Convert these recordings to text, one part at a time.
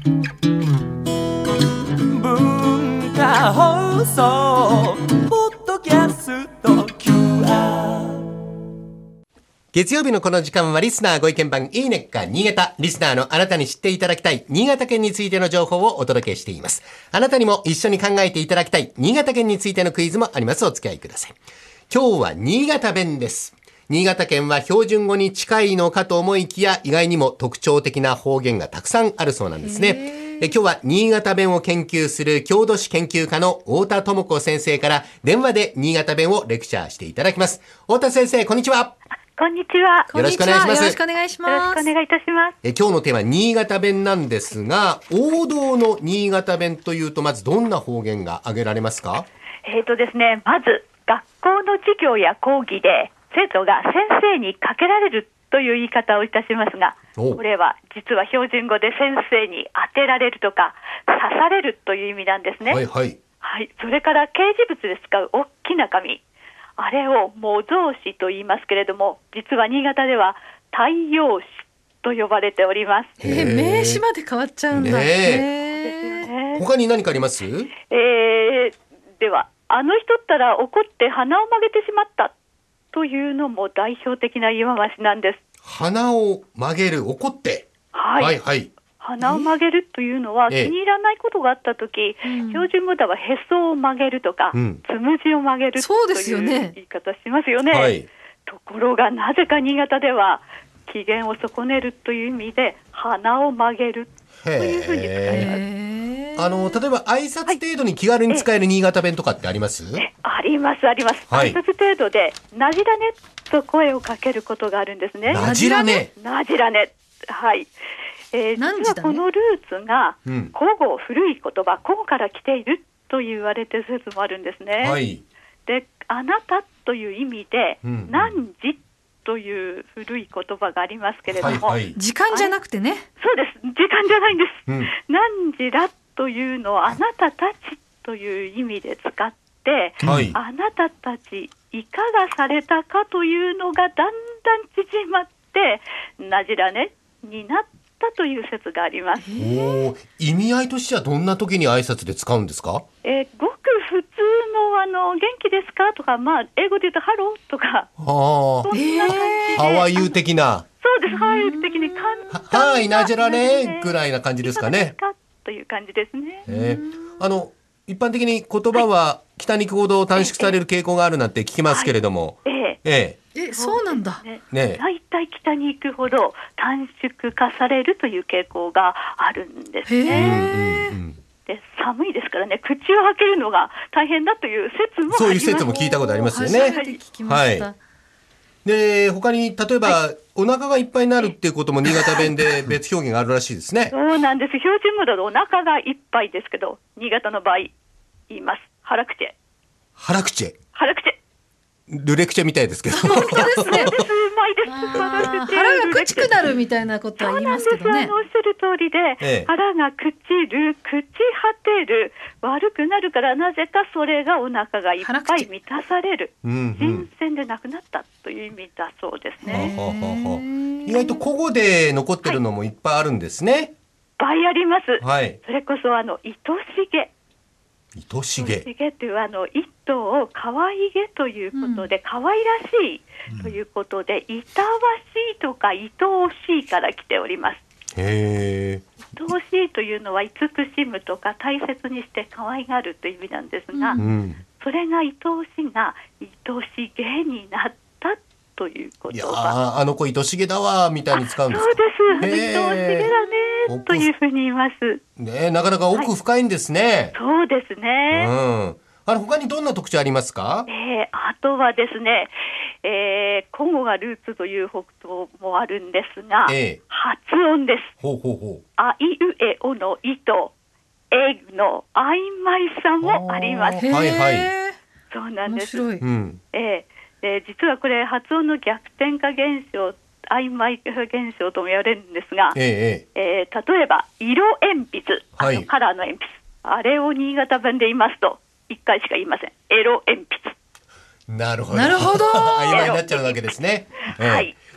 文化放送ポッドキャスト QR。 月曜日のこの時間はリスナーご意見番いいねっか新潟。リスナーのあなたに知っていただきたい新潟県についての情報をお届けしています。あなたにも一緒に考えていただきたい新潟県についてのクイズもあります。お付き合いください。今日は新潟弁です。新潟県は標準語に近いのかと思いきや、意外にも特徴的な方言がたくさんあるそうなんですね。今日は新潟弁を研究する郷土史研究家の太田智子先生から電話で新潟弁をレクチャーしていただきます。太田先生、こんにちは。 こんにちは。 よろしくお願いします。 よろしくお願いします。 よろしくお願いいたします。 今日のテーマ、新潟弁なんですが、王道の新潟弁というと、まずどんな方言が挙げられますか？ ですね、まず学校の授業や講義で生徒が先生にかけられるという言い方をいたしますが、これは実は標準語で先生に当てられるとか刺されるという意味なんですね。 はいはい。 はい。それから掲示物で使う大きな紙、あれを模造紙と言いますけれども、実は新潟では太陽紙と呼ばれております。 名詞まで変わっちゃうんだ。 他に何かあります？ では、あの人ったら怒って鼻を曲げてしまったというのも代表的な言い回しなんです。 鼻を曲げる、怒って。 はい。 はいはい。 鼻を曲げるというのは、気に入らないことがあったとき、標準語ではへそを曲げるとか、つむじを曲げるという言い方しますよね。 はい。 ところが、なぜか新潟では、機嫌を損ねるという意味で、鼻を曲げるというふうに使います。 例えば挨拶程度に気軽に使える新潟弁とかってあります？ ありますあります。 はい、 挨拶程度で、なじらねと声をかけることがあるんですね。 なじらね。 なじらね。はい。実はこのルーツが古語、古い言葉、古語から来ていると言われている説もあるんですね。 はい、 で、あなたという意味で、何時という古い言葉がありますけれども、 はいはい、時間じゃなくてね。 そうです。時間じゃないんです。何時だというのをあなたたちという意味で使って、あなたたちいかがされたかというのがだんだん縮まってなじらねになったという説があります。 意味合いとしてはどんな時に挨拶で使うんですか？ ごく普通の元気ですかとか、英語で言うとハローとか、そんな感じでハワイユー的な。 そうです。ハワイユー的に簡単な、 はい、なじらねぐらいな感じですかね。 という感じですね。 一般的に言葉は北に行くほど短縮される傾向があるなんて聞きますけれども、 そうなんだ。 だいたい北に行くほど短縮化されるという傾向があるんですね。で、寒いですからね、口を開けるのが大変だという説もあります。 そういう説も聞いたことありますよね。 初めて聞きました。 で、他に例えば、お腹がいっぱいになるっていうことも新潟弁で別表現があるらしいですね。 そうなんです。標準語だとお腹がいっぱいですけど、新潟の場合言います。腹口へ。 腹口へ。 腹口へ。 ルレクチェみたいですけど。 本当ですね。 うまいです。 腹がくちくなるみたいなことは言いますけどね。 おっしゃる通りで、腹が朽ちる、朽ち果てる、悪くなるからなぜかそれがお腹がいっぱい満たされる、新鮮でなくなったという意味だそうですね。 意外と古語で残ってるのもいっぱいあるんですね。いっぱいあります。 はい、 それこそ愛しげ。 愛しげという一頭を可愛げということで、可愛らしいということで、いたわしいとか愛おしいから来ております。愛おしいというのは慈しむとか大切にして可愛がるという意味なんですが、それが愛おしが愛しげになったという言葉。 いやあの子愛しげだわみたいに使うんですか？ そうです。愛おしげだねというふうに言います。 なかなか奥深いんですね。 そうですね。 他にどんな特徴ありますか？ あとはですね、古語がルーツということもあるんですが、発音です。あいうえおのいとえの曖昧さもあります。そうなんです。実はこれ発音の逆転化現象、曖昧化現象とも言われるんですが、例えば色鉛筆、カラーの鉛筆、あれを新潟弁で言いますと1回しか言いません。エロ鉛筆。 なるほど曖昧になっちゃうわけですね。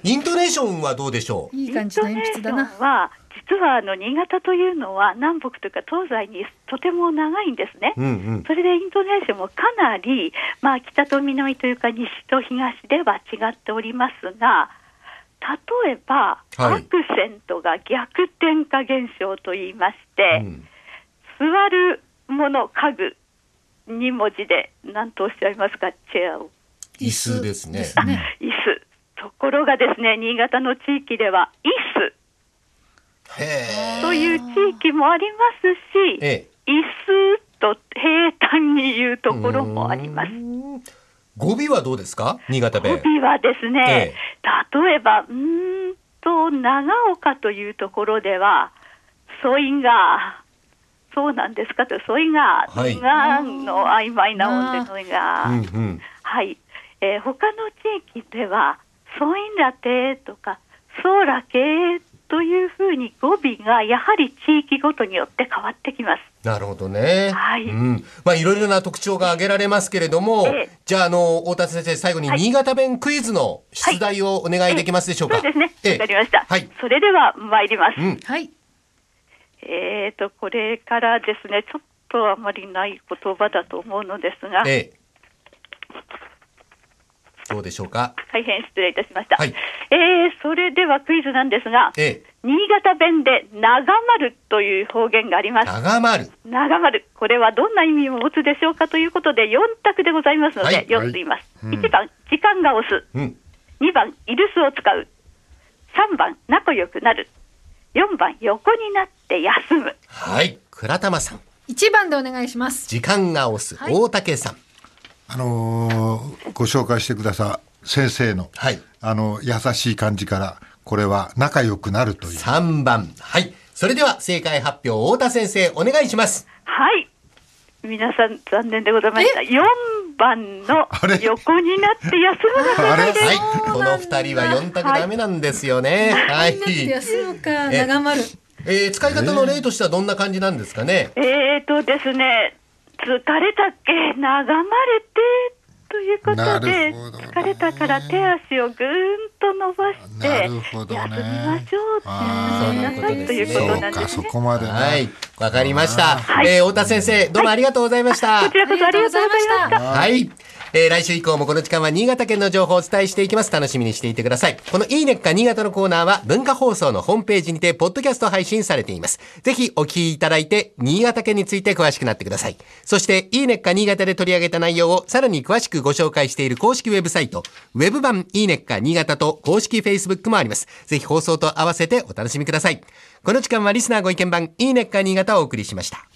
イントネーションはどうでしょう？ いい感じの鉛筆だな。 イントネーションは実は新潟というのは南北というか東西にとても長いんですね、それでイントネーションもかなり、北と南というか西と東では違っておりますが、例えば、アクセントが逆転化現象といいまして、座るもの家具2文字で何とおっしゃいますか？チェアを。 椅子ですね。 椅子。ところがですね、新潟の地域では椅子という地域もありますし、椅子と平坦に言うところもあります。 語尾はどうですか？新潟弁。 語尾はですね、例えば長岡というところではソイがそうなんですかと、ソイが、がの曖昧な音でソイが、はい、他の地域ではソインラテとかソーラケというふうに語尾がやはり地域ごとによって変わってきます。 なるほどね。はい。いろいろな特徴が挙げられますけれども、じゃあ太田先生、最後に新潟弁クイズの出題をお願いできますでしょうか？ そうですね。わかりました。それでは参ります。はい。これからですね、ちょっとあまりない言葉だと思うのですが、 どうでしょうか？ 大変失礼いたしました。それではクイズなんですが、新潟弁で長丸という方言があります。 長丸。 これはどんな意味を持つでしょうかということで4択でございますので、4つ言います。1番、時間が押す。2番、イルスを使う。3番、仲良くなる。4番、横になって休む。 はい。倉玉さん。 1番でお願いします。 時間が押す。大竹さん。 ご紹介してください先生の、優しい感じから、これは仲良くなるという。 3番。はい。それでは正解発表、太田先生、お願いします。 はい。皆さん、残念でございました。4番の横になって休むが正解です。 はい。この2人は4択ダメなんですよね。はい。 休むか、長丸。 使い方の例としてはどんな感じなんですかね？ ですね、疲れたっけ、長まれてということで、疲れたから手足をぐーんと伸ばして休みましょうってということなんですね。 そこまでね。 はい、わかりました。太田先生、どうもありがとうございました。 こちらこそありがとうございました。 はい。来週以降もこの時間は新潟県の情報をお伝えしていきます。楽しみにしていてください。このいいねっか新潟のコーナーは文化放送のホームページにてポッドキャスト配信されています。ぜひお聞きいただいて新潟県について詳しくなってください。そしていいねっか新潟で取り上げた内容をさらに詳しくご紹介している公式ウェブサイト、ウェブ版いいねっか新潟と公式 Facebook もあります。ぜひ放送と合わせてお楽しみください。この時間はリスナーご意見番いいねっか新潟をお送りしました。